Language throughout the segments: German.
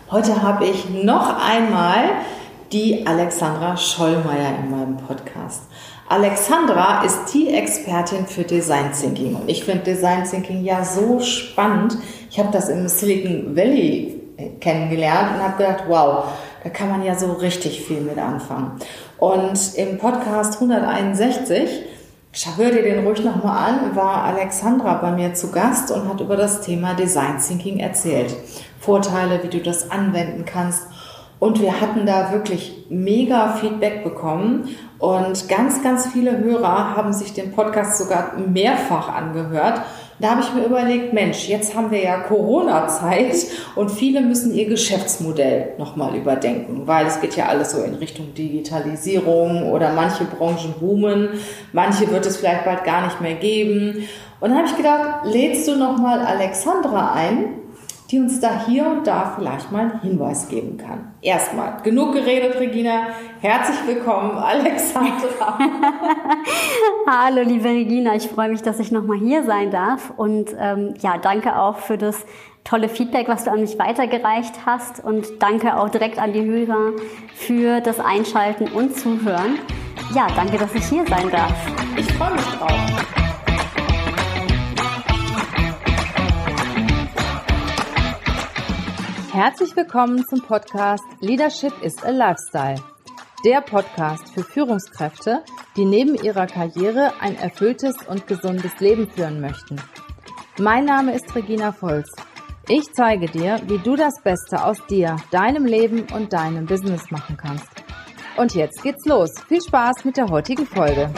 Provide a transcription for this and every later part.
Heute habe ich noch einmal die Alexandra Schollmeier in meinem Podcast. Alexandra ist die Expertin für Design Thinking und ich finde Design Thinking ja so spannend. Ich habe das im Silicon Valley kennengelernt und habe gedacht, wow, da kann man ja so richtig viel mit anfangen. Und im Podcast 161, hör dir den ruhig nochmal an, war Alexandra bei mir zu Gast und hat über das Thema Design Thinking erzählt. Vorteile, wie du das anwenden kannst. Und wir hatten da wirklich mega Feedback bekommen und ganz, ganz viele Hörer haben sich den Podcast sogar mehrfach angehört. Da habe ich mir überlegt, Mensch, jetzt haben wir ja Corona-Zeit und viele müssen ihr Geschäftsmodell nochmal überdenken, weil es geht ja alles so in Richtung Digitalisierung oder manche Branchen boomen, manche wird es vielleicht bald gar nicht mehr geben. Und dann habe ich gedacht, lädst du nochmal Alexandra ein, die uns da hier und da vielleicht mal einen Hinweis geben kann. Erstmal, genug geredet, Regina. Herzlich willkommen, Alexandra. Hallo, liebe Regina. Ich freue mich, dass ich nochmal hier sein darf. Und danke auch für das tolle Feedback, was du an mich weitergereicht hast. Und danke auch direkt an die Hörer für das Einschalten und Zuhören. Ja, danke, dass ich hier sein darf. Ich freue mich drauf. Herzlich willkommen zum Podcast Leadership is a Lifestyle. Der Podcast für Führungskräfte, die neben ihrer Karriere ein erfülltes und gesundes Leben führen möchten. Mein Name ist Regina Volz. Ich zeige dir, wie du das Beste aus dir, deinem Leben und deinem Business machen kannst. Und jetzt geht's los. Viel Spaß mit der heutigen Folge.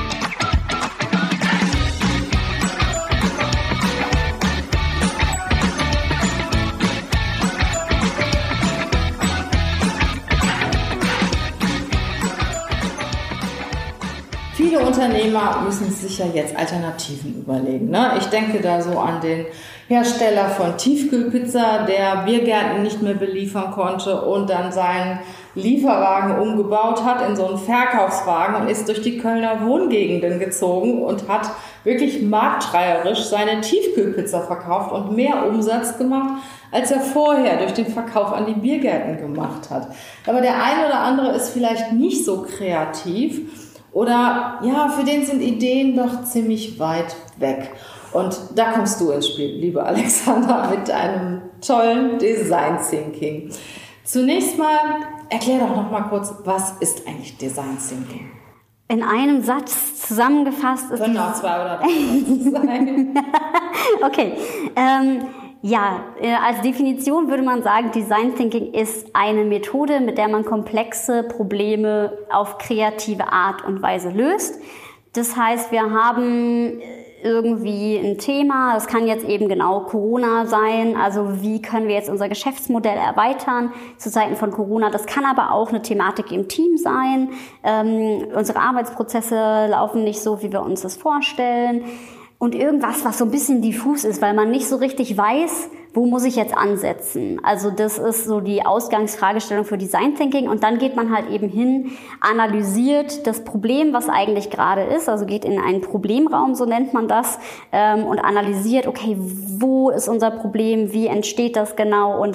Viele Unternehmer müssen sich ja jetzt Alternativen überlegen. Ne? Ich denke da so an den Hersteller von Tiefkühlpizza, der Biergärten nicht mehr beliefern konnte und dann seinen Lieferwagen umgebaut hat in so einen Verkaufswagen und ist durch die Kölner Wohngegenden gezogen und hat wirklich marktschreierisch seine Tiefkühlpizza verkauft und mehr Umsatz gemacht, als er vorher durch den Verkauf an die Biergärten gemacht hat. Aber der eine oder andere ist vielleicht nicht so kreativ. Oder ja, für den sind Ideen doch ziemlich weit weg. Und da kommst du ins Spiel, liebe Alexandra, mit deinem tollen Design Thinking. Zunächst mal, erklär doch noch mal kurz, was ist eigentlich Design Thinking? In einem Satz zusammengefasst ist... Können auch 2 oder 3 Sätze sein. Okay, als Definition würde man sagen, Design Thinking ist eine Methode, mit der man komplexe Probleme auf kreative Art und Weise löst. Das heißt, wir haben irgendwie ein Thema, das kann jetzt eben genau Corona sein, also wie können wir jetzt unser Geschäftsmodell erweitern zu Zeiten von Corona. Das kann aber auch eine Thematik im Team sein. Unsere Arbeitsprozesse laufen nicht so, wie wir uns das vorstellen. Und irgendwas, was so ein bisschen diffus ist, weil man nicht so richtig weiß, wo muss ich jetzt ansetzen. Also das ist so die Ausgangsfragestellung für Design Thinking. Und dann geht man halt eben hin, analysiert das Problem, was eigentlich gerade ist, also geht in einen Problemraum, so nennt man das, und analysiert, okay, wo ist unser Problem, wie entsteht das genau und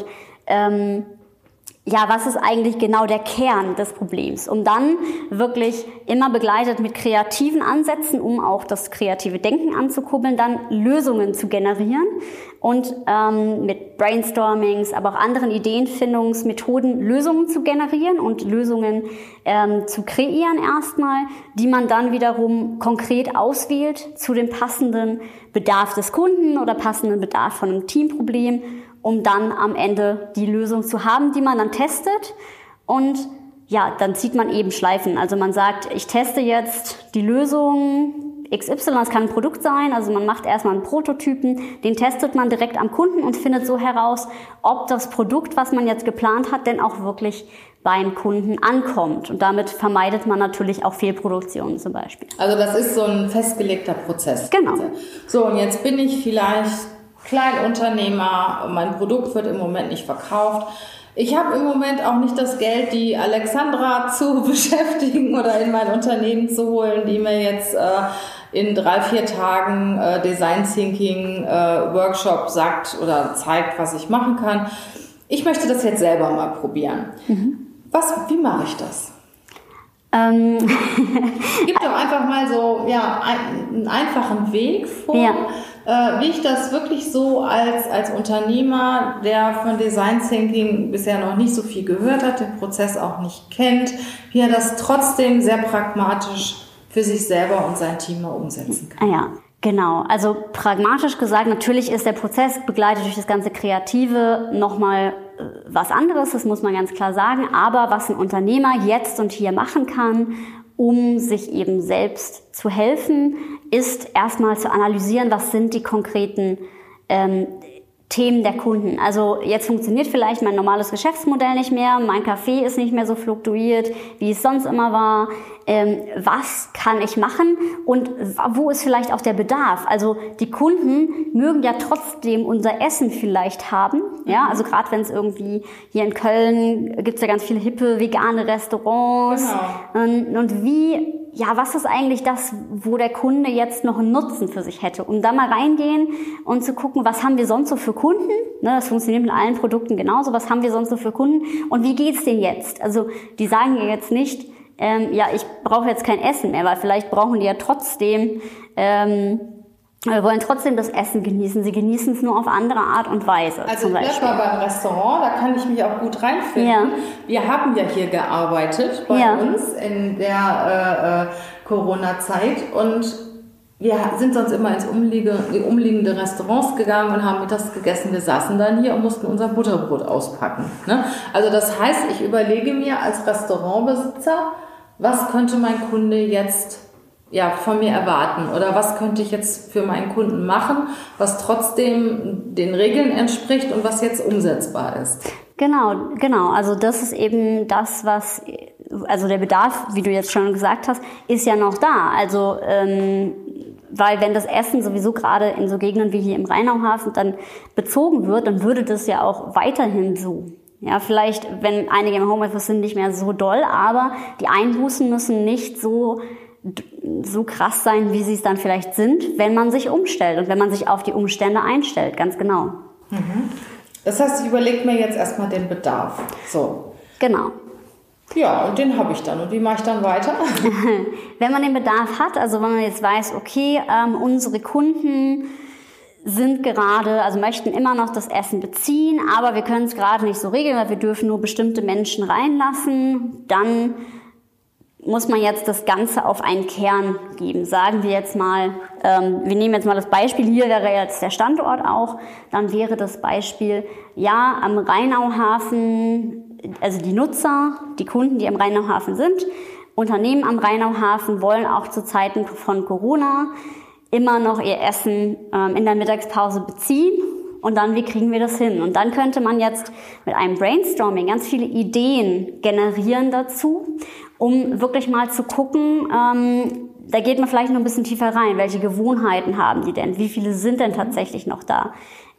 was ist eigentlich genau der Kern des Problems, um dann wirklich immer begleitet mit kreativen Ansätzen, um auch das kreative Denken anzukurbeln, dann Lösungen zu generieren und mit Brainstormings, aber auch anderen Ideenfindungsmethoden Lösungen zu generieren und Lösungen zu kreieren erstmal, die man dann wiederum konkret auswählt zu dem passenden Bedarf des Kunden oder passenden Bedarf von einem Teamproblem, um dann am Ende die Lösung zu haben, die man dann testet. Und ja, dann zieht man eben Schleifen. Also man sagt, ich teste jetzt die Lösung XY, das kann ein Produkt sein, also man macht erstmal einen Prototypen, den testet man direkt am Kunden und findet so heraus, ob das Produkt, was man jetzt geplant hat, denn auch wirklich beim Kunden ankommt. Und damit vermeidet man natürlich auch Fehlproduktionen zum Beispiel. Also das ist so ein festgelegter Prozess. Genau. So, und jetzt bin ich vielleicht Kleinunternehmer, mein Produkt wird im Moment nicht verkauft. Ich habe im Moment auch nicht das Geld, die Alexandra zu beschäftigen oder in mein Unternehmen zu holen, die mir jetzt in 3-4 Tagen Design Thinking Workshop sagt oder zeigt, was ich machen kann. ich möchte das jetzt selber mal probieren. Wie mache ich das? Gib doch einfach mal so einen einfachen Weg vor, wie ich das wirklich so als Unternehmer, der von Design Thinking bisher noch nicht so viel gehört hat, den Prozess auch nicht kennt, wie er das trotzdem sehr pragmatisch für sich selber und sein Team mal umsetzen kann. Ja, genau. Also pragmatisch gesagt, natürlich ist der Prozess begleitet durch das ganze Kreative nochmal was anderes, das muss man ganz klar sagen. Aber was ein Unternehmer jetzt und hier machen kann, um sich eben selbst zu helfen, ist erstmal zu analysieren, was sind die konkreten Themen der Kunden. Also jetzt funktioniert vielleicht mein normales Geschäftsmodell nicht mehr, mein Café ist nicht mehr so fluktuiert, wie es sonst immer war. Was kann ich machen und wo ist vielleicht auch der Bedarf? Also die Kunden mögen ja trotzdem unser Essen vielleicht haben. Ja, also gerade wenn es irgendwie hier in Köln gibt's ja ganz viele hippe vegane Restaurants. Genau. Und was ist eigentlich das, wo der Kunde jetzt noch einen Nutzen für sich hätte? Und da mal reingehen und zu gucken, was haben wir sonst so für Kunden? Ne, das funktioniert mit allen Produkten genauso. Was haben wir sonst so für Kunden? Und wie geht's denen jetzt? Also die sagen ja jetzt nicht, ich brauche jetzt kein Essen mehr, weil vielleicht brauchen die ja trotzdem, wollen trotzdem das Essen genießen. Sie genießen es nur auf andere Art und Weise. Also ich bleib mal beim Restaurant, da kann ich mich auch gut reinfinden. Ja. Wir haben ja hier gearbeitet bei uns in der Corona-Zeit und wir sind sonst immer ins umliegende Restaurants gegangen und haben mittags gegessen. Wir saßen dann hier und mussten unser Butterbrot auspacken. Ne? Also das heißt, ich überlege mir als Restaurantbesitzer, was könnte mein Kunde jetzt von mir erwarten oder was könnte ich jetzt für meinen Kunden machen, was trotzdem den Regeln entspricht und was jetzt umsetzbar ist. Genau. Also das ist eben das, also der Bedarf, wie du jetzt schon gesagt hast, ist ja noch da. Also weil wenn das Essen sowieso gerade in so Gegenden wie hier im Rheinauhafen dann bezogen wird, dann würde das ja auch weiterhin so. Ja, vielleicht, wenn einige im Homeoffice sind, nicht mehr so doll, aber die Einbußen müssen nicht so krass sein, wie sie es dann vielleicht sind, wenn man sich umstellt und wenn man sich auf die Umstände einstellt, ganz genau. Das heißt, ich überlege mir jetzt erstmal den Bedarf. So. Genau. Ja, und den habe ich dann. Und wie mache ich dann weiter? Wenn man den Bedarf hat, also wenn man jetzt weiß, okay, unsere Kunden sind gerade, also möchten immer noch das Essen beziehen, aber wir können es gerade nicht so regeln, weil wir dürfen nur bestimmte Menschen reinlassen, dann muss man jetzt das Ganze auf einen Kern geben. Sagen wir jetzt mal, wir nehmen jetzt mal das Beispiel, hier wäre jetzt der Standort auch, dann wäre das Beispiel, am Rheinauhafen, also die Nutzer, die Kunden, die am Rheinauhafen sind, Unternehmen am Rheinauhafen wollen auch zu Zeiten von Corona immer noch ihr Essen in der Mittagspause beziehen. Und dann, wie kriegen wir das hin? Und dann könnte man jetzt mit einem Brainstorming ganz viele Ideen generieren dazu, um wirklich mal zu gucken, da geht man vielleicht noch ein bisschen tiefer rein. Welche Gewohnheiten haben die denn? Wie viele sind denn tatsächlich noch da?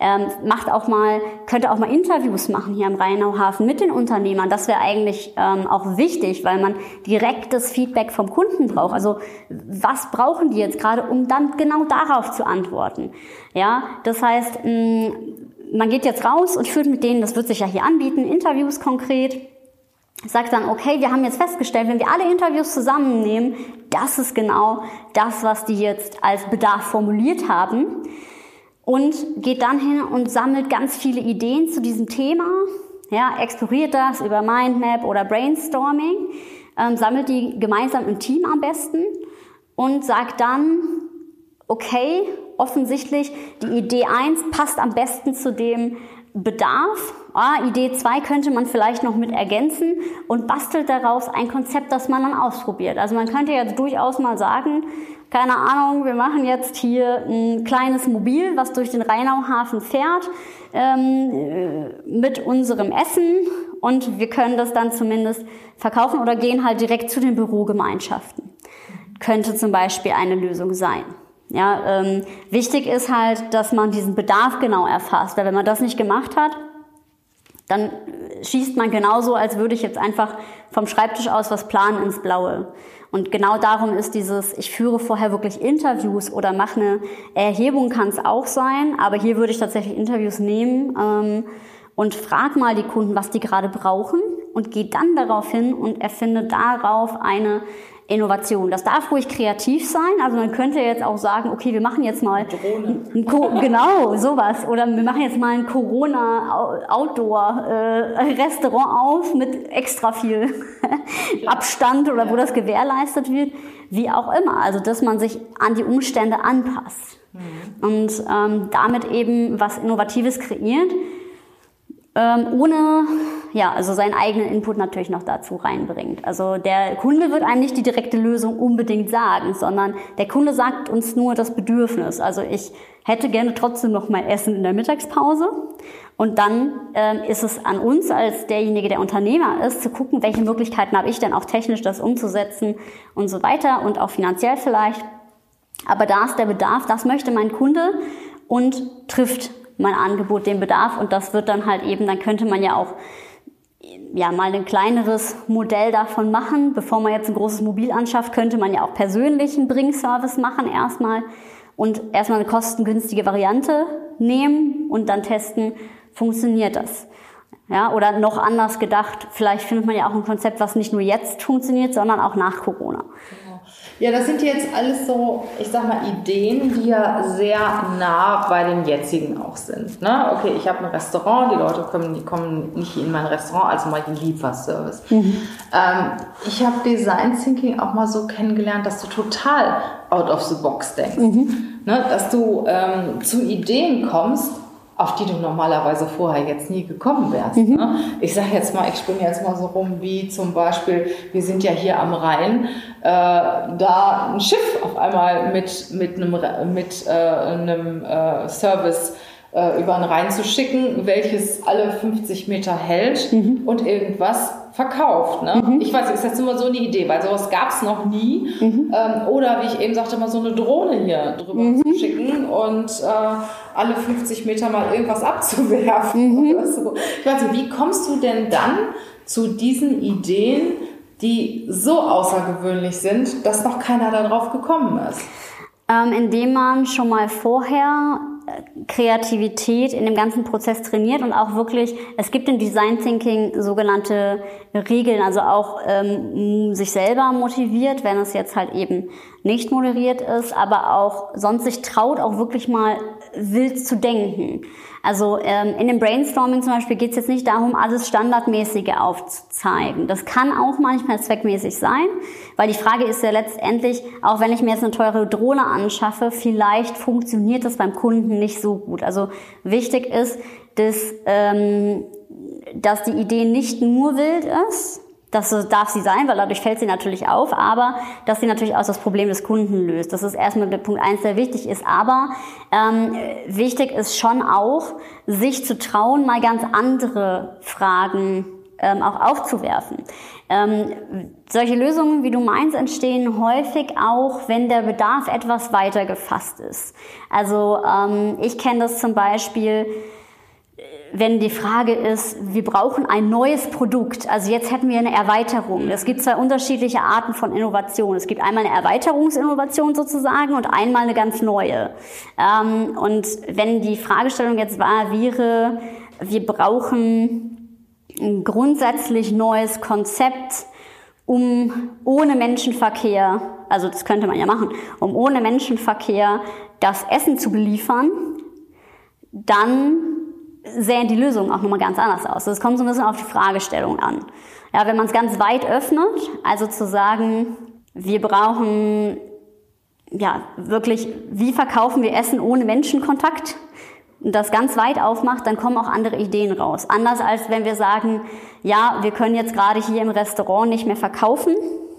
Könnte auch mal Interviews machen hier am Rheinauhafen mit den Unternehmern. Das wäre eigentlich auch wichtig, weil man direktes Feedback vom Kunden braucht. Also was brauchen die jetzt gerade, um dann genau darauf zu antworten? Ja, das heißt, man geht jetzt raus und führt mit denen, das wird sich ja hier anbieten, Interviews konkret. Sagt dann, okay, wir haben jetzt festgestellt, wenn wir alle Interviews zusammennehmen, das ist genau das, was die jetzt als Bedarf formuliert haben. Und geht dann hin und sammelt ganz viele Ideen zu diesem Thema. Ja, exploriert das über Mindmap oder Brainstorming, sammelt die gemeinsam im Team am besten und sagt dann, okay, offensichtlich die Idee 1 passt am besten zu dem Bedarf. Idee 2 könnte man vielleicht noch mit ergänzen und bastelt daraus ein Konzept, das man dann ausprobiert. Also man könnte jetzt durchaus mal sagen, keine Ahnung, wir machen jetzt hier ein kleines Mobil, was durch den Rheinauhafen fährt, mit unserem Essen und wir können das dann zumindest verkaufen oder gehen halt direkt zu den Bürogemeinschaften. Könnte zum Beispiel eine Lösung sein. Ja, wichtig ist halt, dass man diesen Bedarf genau erfasst, weil wenn man das nicht gemacht hat, dann schießt man genauso, als würde ich jetzt einfach vom Schreibtisch aus was planen ins Blaue. Und genau darum ist ich führe vorher wirklich Interviews oder mache eine Erhebung, kann es auch sein, aber hier würde ich tatsächlich Interviews nehmen und frag mal die Kunden, was die gerade brauchen und geh dann darauf hin und erfinde darauf eine Innovation. Das darf ruhig kreativ sein. Also man könnte jetzt auch sagen, okay, wir machen jetzt mal genau sowas, oder wir machen jetzt mal ein Corona-Outdoor-Restaurant auf mit extra viel Abstand oder wo das gewährleistet wird, wie auch immer. Also dass man sich an die Umstände anpasst und damit eben was Innovatives kreiert, ohne also seinen eigenen Input natürlich noch dazu reinbringt. Also der Kunde wird einem nicht die direkte Lösung unbedingt sagen, sondern der Kunde sagt uns nur das Bedürfnis. Also ich hätte gerne trotzdem noch mein Essen in der Mittagspause, und dann ist es an uns als derjenige, der Unternehmer ist, zu gucken, welche Möglichkeiten habe ich denn auch technisch, das umzusetzen und so weiter und auch finanziell vielleicht. Aber da ist der Bedarf, das möchte mein Kunde und trifft mein Angebot den Bedarf, und das wird dann halt eben, dann könnte man ja auch mal ein kleineres Modell davon machen. Bevor man jetzt ein großes Mobil anschafft, könnte man ja auch persönlich einen Bringservice machen erstmal und erstmal eine kostengünstige Variante nehmen und dann testen, funktioniert das. Ja, oder noch anders gedacht, vielleicht findet man ja auch ein Konzept, was nicht nur jetzt funktioniert, sondern auch nach Corona. Ja, das sind jetzt alles so, ich sag mal, Ideen, die ja sehr nah bei den jetzigen auch sind. Ne? Okay, ich habe ein Restaurant, die Leute kommen nicht in mein Restaurant, also mache ich einen Lieferservice. Ich habe Design Thinking auch mal so kennengelernt, dass du total out of the box denkst. Ne? Dass du zu Ideen kommst, auf die du normalerweise vorher jetzt nie gekommen wärst. Ne? Ich sage jetzt mal, ich springe jetzt mal so rum, wie zum Beispiel, wir sind ja hier am Rhein, da ein Schiff auf einmal mit einem Service über den Rhein zu schicken, welches alle 50 Meter hält und irgendwas verkauft. Ne? Ich weiß nicht, ist jetzt immer so eine Idee, weil sowas gab es noch nie. Oder wie ich eben sagte, mal so eine Drohne hier drüber zu schicken und alle 50 Meter mal irgendwas abzuwerfen. Oder so. Ich weiß nicht, wie kommst du denn dann zu diesen Ideen, die so außergewöhnlich sind, dass noch keiner darauf gekommen ist? Indem man schon mal vorher Kreativität in dem ganzen Prozess trainiert und auch wirklich, es gibt im Design Thinking sogenannte Regeln, also auch sich selber motiviert, wenn es jetzt halt eben nicht moderiert ist, aber auch sonst sich traut, auch wirklich mal wild zu denken. Also in dem Brainstorming zum Beispiel geht es jetzt nicht darum, alles Standardmäßige aufzuzeigen. Das kann auch manchmal zweckmäßig sein, weil die Frage ist ja letztendlich, auch wenn ich mir jetzt eine teure Drohne anschaffe, vielleicht funktioniert das beim Kunden nicht so gut. Also wichtig ist, dass die Idee nicht nur wild ist, das darf sie sein, weil dadurch fällt sie natürlich auf, aber dass sie natürlich auch das Problem des Kunden löst. Das ist erstmal der Punkt 1, der wichtig ist. Aber wichtig ist schon auch, sich zu trauen, mal ganz andere Fragen auch aufzuwerfen. Solche Lösungen, wie du meinst, entstehen häufig auch, wenn der Bedarf etwas weiter gefasst ist. Also ich kenne das zum Beispiel, wenn die Frage ist, wir brauchen ein neues Produkt. Also jetzt hätten wir eine Erweiterung. Es gibt zwei unterschiedliche Arten von Innovation. Es gibt einmal eine Erweiterungsinnovation sozusagen und einmal eine ganz neue. Und wenn die Fragestellung jetzt wäre, wir brauchen ein grundsätzlich neues Konzept, um ohne Menschenverkehr, also das könnte man ja machen, um ohne Menschenverkehr das Essen zu beliefern, dann sähen die Lösungen auch nochmal ganz anders aus. Es kommt so ein bisschen auf die Fragestellung an. Ja, wenn man es ganz weit öffnet, also zu sagen, wir brauchen wirklich, wie verkaufen wir Essen ohne Menschenkontakt, und das ganz weit aufmacht, dann kommen auch andere Ideen raus. Anders als wenn wir sagen, ja, wir können jetzt gerade hier im Restaurant nicht mehr verkaufen.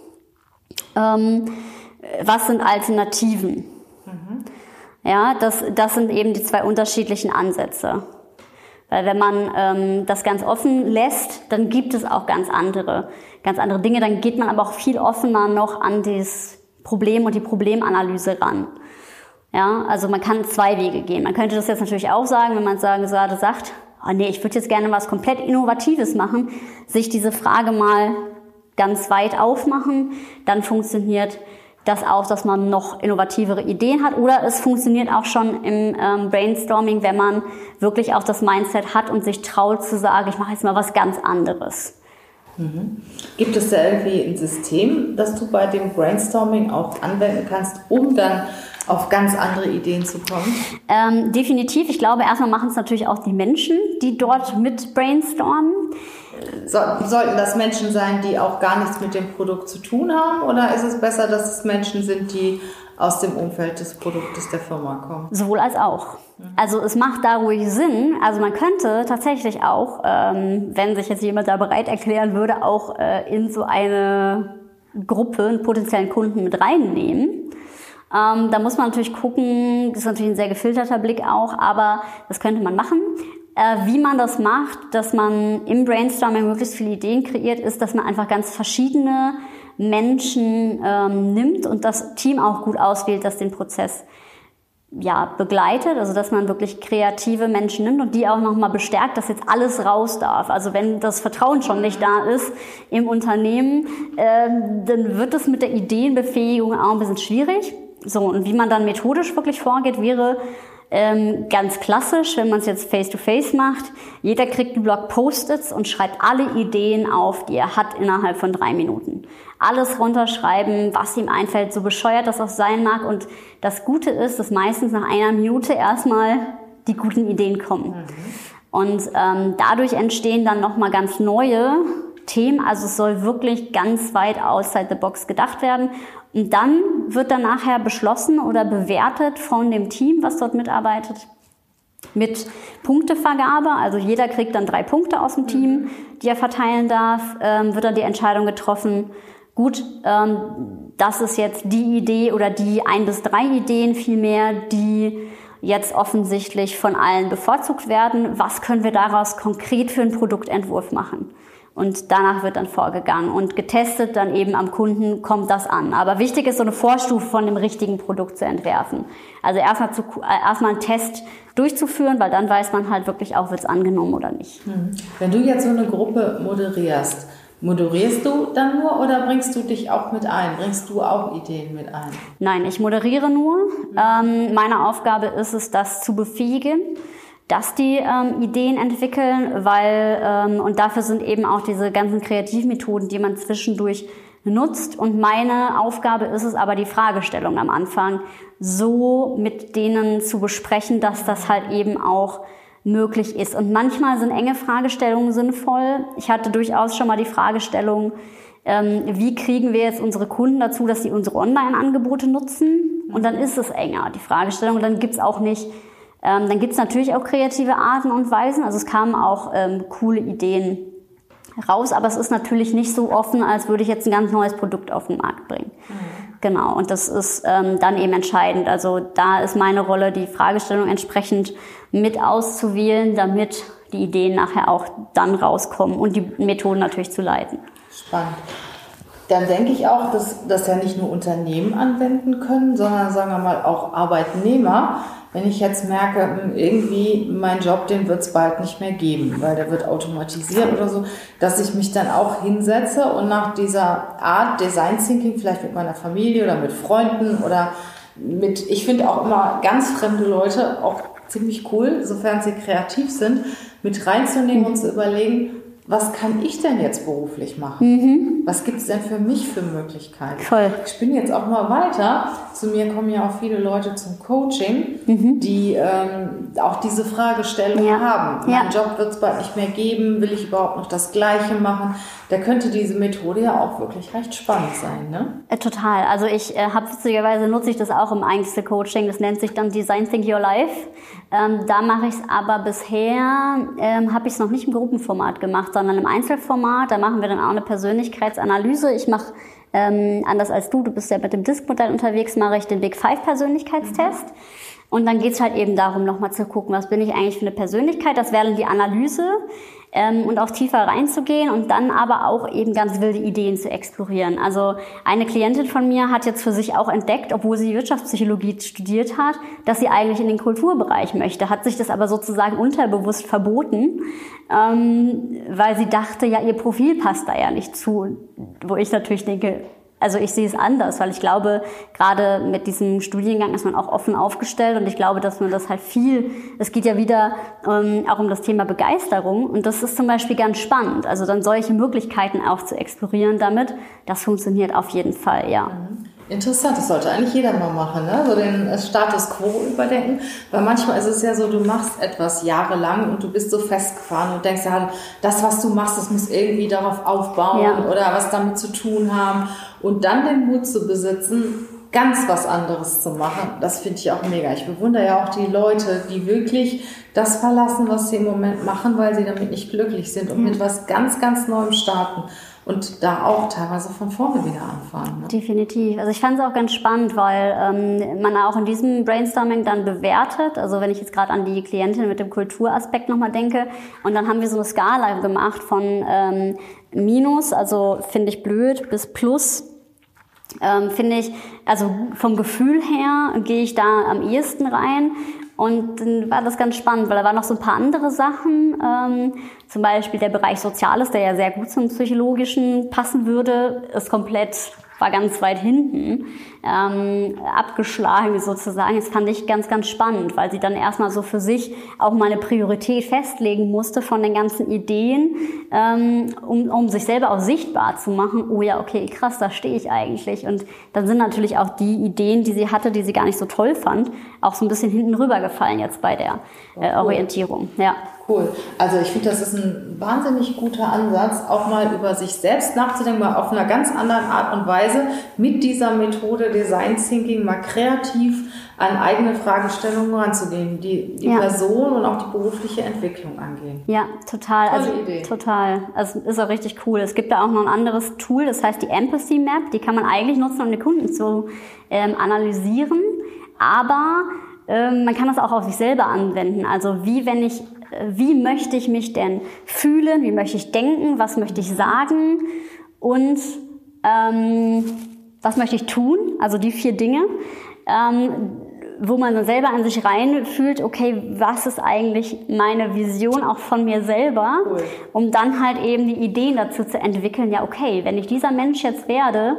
Was sind Alternativen? Ja, das sind eben die zwei unterschiedlichen Ansätze. Weil wenn man das ganz offen lässt, dann gibt es auch ganz andere Dinge. Dann geht man aber auch viel offener noch an das Problem und die Problemanalyse ran. Ja, also man kann zwei Wege gehen. Man könnte das jetzt natürlich auch sagen, wenn man gerade sagt, oh nee, ich würde jetzt gerne was komplett Innovatives machen, sich diese Frage mal ganz weit aufmachen, dann funktioniert das aus, dass man noch innovativere Ideen hat, oder es funktioniert auch schon im Brainstorming, wenn man wirklich auch das Mindset hat und sich traut zu sagen, ich mache jetzt mal was ganz anderes. Gibt es da irgendwie ein System, das du bei dem Brainstorming auch anwenden kannst, um dann auf ganz andere Ideen zu kommen? Definitiv. Ich glaube, erstmal machen es natürlich auch die Menschen, die dort mit brainstormen. Sollten das Menschen sein, die auch gar nichts mit dem Produkt zu tun haben? Oder ist es besser, dass es Menschen sind, die aus dem Umfeld des Produktes der Firma kommen? Sowohl als auch. Also es macht da ruhig Sinn. Also man könnte tatsächlich auch, wenn sich jetzt jemand da bereit erklären würde, auch in so eine Gruppe einen potenziellen Kunden mit reinnehmen. Da muss man natürlich gucken, das ist natürlich ein sehr gefilterter Blick auch, aber das könnte man machen. Wie man das macht, dass man im Brainstorming möglichst viele Ideen kreiert, ist, dass man einfach ganz verschiedene Menschen nimmt und das Team auch gut auswählt, das den Prozess begleitet, also dass man wirklich kreative Menschen nimmt und die auch nochmal bestärkt, dass jetzt alles raus darf. Also wenn das Vertrauen schon nicht da ist im Unternehmen, dann wird es mit der Ideenbefähigung auch ein bisschen schwierig. So, und wie man dann methodisch wirklich vorgeht, wäre ganz klassisch, wenn man es jetzt face-to-face macht. Jeder kriegt einen Block Post-its und schreibt alle Ideen auf, die er hat, innerhalb von 3 Minuten. Alles runterschreiben, was ihm einfällt, so bescheuert das auch sein mag. Und das Gute ist, dass meistens nach 1 Minute erstmal die guten Ideen kommen. Und dadurch entstehen dann nochmal ganz neue Themen. Also es soll wirklich ganz weit outside the box gedacht werden. Und dann wird dann nachher beschlossen oder bewertet von dem Team, was dort mitarbeitet, mit Punktevergabe. Also jeder kriegt dann 3 Punkte aus dem Team, die er verteilen darf, wird dann die Entscheidung getroffen. Gut, das ist jetzt die Idee oder die 1 bis 3 Ideen vielmehr, die jetzt offensichtlich von allen bevorzugt werden. Was können wir daraus konkret für einen Produktentwurf machen? Und danach wird dann vorgegangen und getestet dann eben am Kunden, kommt das an. Aber wichtig ist, so eine Vorstufe von dem richtigen Produkt zu entwerfen. Also erstmal einen Test durchzuführen, weil dann weiß man halt wirklich auch, wird es angenommen oder nicht. Wenn du jetzt so eine Gruppe moderierst du dann nur oder bringst du dich auch mit ein? Bringst du auch Ideen mit ein? Nein, ich moderiere nur. Meine Aufgabe ist es, das zu befähigen, dass die Ideen entwickeln, weil und dafür sind eben auch diese ganzen Kreativmethoden, die man zwischendurch nutzt. Und meine Aufgabe ist es aber, die Fragestellung am Anfang so mit denen zu besprechen, dass das halt eben auch möglich ist. Und manchmal sind enge Fragestellungen sinnvoll. Ich hatte durchaus schon mal die Fragestellung, wie kriegen wir jetzt unsere Kunden dazu, dass sie unsere Online-Angebote nutzen? Und dann ist es enger, die Fragestellung. Und dann gibt's auch nicht dann gibt's natürlich auch kreative Arten und Weisen. Also es kamen auch coole Ideen raus, aber es ist natürlich nicht so offen, als würde ich jetzt ein ganz neues Produkt auf den Markt bringen. Genau, und das ist dann eben entscheidend. Also da ist meine Rolle, die Fragestellung entsprechend mit auszuwählen, damit die Ideen nachher auch dann rauskommen und die Methoden natürlich zu leiten. Spannend. Dann denke ich auch, dass das ja nicht nur Unternehmen anwenden können, sondern sagen wir mal auch Arbeitnehmer. Wenn ich jetzt merke, irgendwie mein Job, den wird es bald nicht mehr geben, weil der wird automatisiert oder so, dass ich mich dann auch hinsetze und nach dieser Art Design Thinking, vielleicht mit meiner Familie oder mit Freunden oder ich finde auch immer ganz fremde Leute auch ziemlich cool, sofern sie kreativ sind, mit reinzunehmen und zu überlegen, was kann ich denn jetzt beruflich machen? Was gibt es denn für mich für Möglichkeiten? Voll. Ich spinne jetzt auch mal weiter. Zu mir kommen ja auch viele Leute zum Coaching, die auch diese Fragestellung haben. Mein Job wird es bald nicht mehr geben. Will ich überhaupt noch das Gleiche machen? Da könnte diese Methode ja auch wirklich recht spannend sein, ne? Total. Also ich witzigerweise nutze ich das auch im Einzelcoaching. Das nennt sich dann Design Think Your Life. Da mache ich es aber bisher, habe ich es noch nicht im Gruppenformat gemacht, sondern im Einzelformat. Da machen wir dann auch eine Persönlichkeitsanalyse. Ich mache, anders als du bist ja mit dem DISC-Modell unterwegs, mache ich den Big Five Persönlichkeitstest. Und dann geht's halt eben darum, nochmal zu gucken, was bin ich eigentlich für eine Persönlichkeit. Das wäre dann die Analyse und auch tiefer reinzugehen und dann aber auch eben ganz wilde Ideen zu explorieren. Also eine Klientin von mir hat jetzt für sich auch entdeckt, obwohl sie Wirtschaftspsychologie studiert hat, dass sie eigentlich in den Kulturbereich möchte, hat sich das aber sozusagen unterbewusst verboten, weil sie dachte, ja, ihr Profil passt da ja nicht zu. Wo ich natürlich denke, also ich sehe es anders, weil ich glaube, gerade mit diesem Studiengang ist man auch offen aufgestellt und ich glaube, dass man das halt es geht ja wieder auch um das Thema Begeisterung und das ist zum Beispiel ganz spannend, also dann solche Möglichkeiten auch zu explorieren damit, das funktioniert auf jeden Fall, ja. Interessant, das sollte eigentlich jeder mal machen, ne? So den Status quo überdenken, weil manchmal ist es ja so, du machst etwas jahrelang und du bist so festgefahren und denkst ja, das, was du machst, das muss irgendwie darauf aufbauen oder was damit zu tun haben und dann den Mut zu besitzen, ganz was anderes zu machen, das finde ich auch mega. Ich bewundere ja auch die Leute, die wirklich das verlassen, was sie im Moment machen, weil sie damit nicht glücklich sind und mit was ganz, ganz Neuem starten. Und da auch teilweise von vorne wieder anfangen. Ne? Definitiv. Also ich fand es auch ganz spannend, weil man auch in diesem Brainstorming dann bewertet. Also wenn ich jetzt gerade an die Klientin mit dem Kulturaspekt nochmal denke. Und dann haben wir so eine Skala gemacht von Minus, also finde ich blöd, bis Plus. Finde ich, also vom Gefühl her gehe ich da am ehesten rein. Und dann war das ganz spannend, weil da waren noch so ein paar andere Sachen, zum Beispiel der Bereich Soziales, der ja sehr gut zum Psychologischen passen würde, war ganz weit hinten, abgeschlagen sozusagen. Das fand ich ganz, ganz spannend, weil sie dann erstmal so für sich auch mal eine Priorität festlegen musste von den ganzen Ideen, um sich selber auch sichtbar zu machen. Oh ja, okay, krass, da stehe ich eigentlich. Und dann sind natürlich auch die Ideen, die sie hatte, die sie gar nicht so toll fand, auch so ein bisschen hinten rübergefallen jetzt bei der Orientierung. Ja. Cool. Also ich finde, das ist ein wahnsinnig guter Ansatz, auch mal über sich selbst nachzudenken, mal auf einer ganz anderen Art und Weise mit dieser Methode Design Thinking mal kreativ an eigene Fragestellungen ranzugehen, die Person und auch die berufliche Entwicklung angehen. Ja, total. Tolle Idee. Total. Also ist auch richtig cool. Es gibt da auch noch ein anderes Tool, das heißt die Empathy Map. Die kann man eigentlich nutzen, um die Kunden zu analysieren. Aber man kann das auch auf sich selber anwenden. Also wie möchte ich mich denn fühlen? Wie möchte ich denken? Was möchte ich sagen? Und was möchte ich tun? Also die 4 Dinge, wo man dann selber an sich reinfühlt, okay, was ist eigentlich meine Vision auch von mir selber? Cool. Um dann halt eben die Ideen dazu zu entwickeln, ja okay, wenn ich dieser Mensch jetzt werde,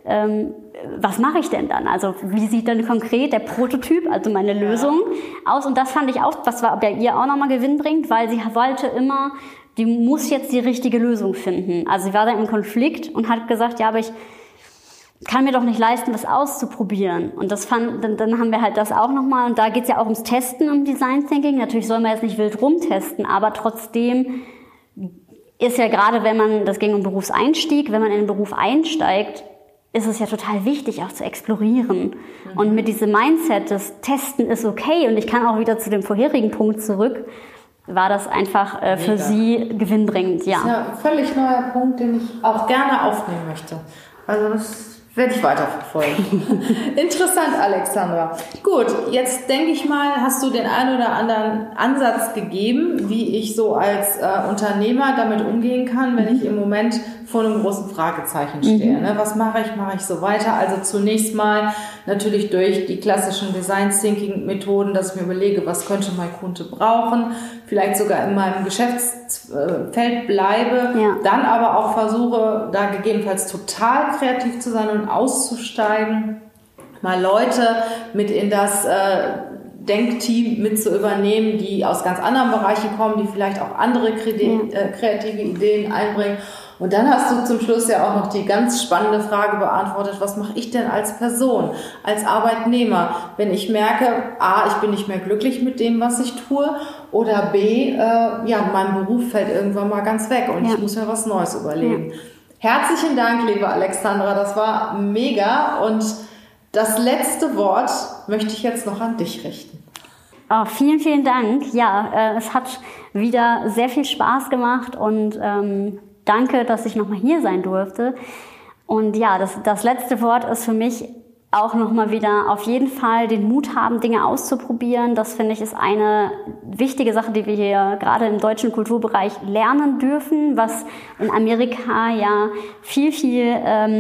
was mache ich denn dann? Also wie sieht dann konkret der Prototyp, also meine Lösung aus? Und das fand ich auch, was war bei ihr auch nochmal Gewinn bringt, weil sie wollte immer, die muss jetzt die richtige Lösung finden. Also sie war dann im Konflikt und hat gesagt, ja, aber ich kann mir doch nicht leisten, das auszuprobieren. Und dann haben wir halt das auch nochmal. Und da geht's ja auch ums Testen, um Design Thinking. Natürlich soll man jetzt nicht wild rumtesten, aber trotzdem ist ja gerade, das ging um Berufseinstieg, wenn man in den Beruf einsteigt, ist es ja total wichtig, auch zu explorieren. Und mit diesem Mindset, das Testen ist okay und ich kann auch wieder zu dem vorherigen Punkt zurück, war das einfach für sie gewinnbringend. Ja. Das ist ja ein völlig neuer Punkt, den ich auch gerne aufnehmen möchte. Also das werde ich weiterverfolgen. Interessant, Alexandra. Gut, jetzt denke ich mal, hast du den einen oder anderen Ansatz gegeben, wie ich so als Unternehmer damit umgehen kann, wenn ich im Moment vor einem großen Fragezeichen stehe. Ne? Was mache ich? Mache ich so weiter? Also zunächst mal natürlich durch die klassischen Design Thinking Methoden, dass ich mir überlege, was könnte mein Kunde brauchen, vielleicht sogar in meinem Geschäftsfeld bleibe, dann aber auch versuche, da gegebenenfalls total kreativ zu sein und auszusteigen, mal Leute mit in das Denkteam mit zu übernehmen, die aus ganz anderen Bereichen kommen, die vielleicht auch andere kreative Ideen einbringen. Und dann hast du zum Schluss ja auch noch die ganz spannende Frage beantwortet, was mache ich denn als Person, als Arbeitnehmer, wenn ich merke, A, ich bin nicht mehr glücklich mit dem, was ich tue, oder B, mein Beruf fällt irgendwann mal ganz weg und ich muss mir was Neues überlegen. Herzlichen Dank, liebe Alexandra, das war mega und das letzte Wort möchte ich jetzt noch an dich richten. Oh, vielen, vielen Dank. Ja, es hat wieder sehr viel Spaß gemacht und danke, dass ich nochmal hier sein durfte. Und ja, das letzte Wort ist für mich auch nochmal wieder auf jeden Fall den Mut haben, Dinge auszuprobieren. Das finde ich ist eine wichtige Sache, die wir hier gerade im deutschen Kulturbereich lernen dürfen, was in Amerika ja viel, viel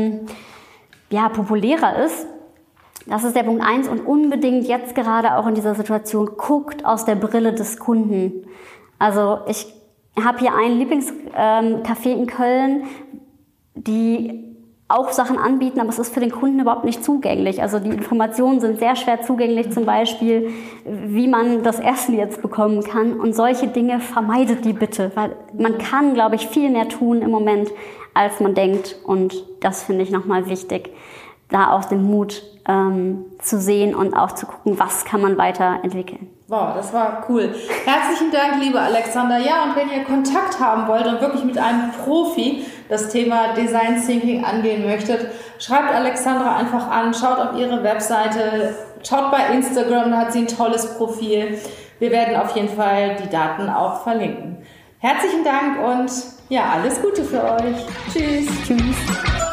populärer ist. Das ist der Punkt 1 und unbedingt jetzt gerade auch in dieser Situation guckt aus der Brille des Kunden. Also ich habe hier einen Lieblingscafé in Köln, die auch Sachen anbieten, aber es ist für den Kunden überhaupt nicht zugänglich. Also die Informationen sind sehr schwer zugänglich, zum Beispiel, wie man das Essen jetzt bekommen kann. Und solche Dinge vermeidet die bitte, weil man kann, glaube ich, viel mehr tun im Moment, als man denkt. Und das finde ich nochmal wichtig, da auch den Mut zu sehen und auch zu gucken, was kann man weiterentwickeln. Wow, das war cool. Herzlichen Dank, liebe Alexandra. Ja, und wenn ihr Kontakt haben wollt und wirklich mit einem Profi das Thema Design Thinking angehen möchtet, schreibt Alexandra einfach an, schaut auf ihre Webseite, schaut bei Instagram, da hat sie ein tolles Profil. Wir werden auf jeden Fall die Daten auch verlinken. Herzlichen Dank und ja, alles Gute für euch. Tschüss. Tschüss.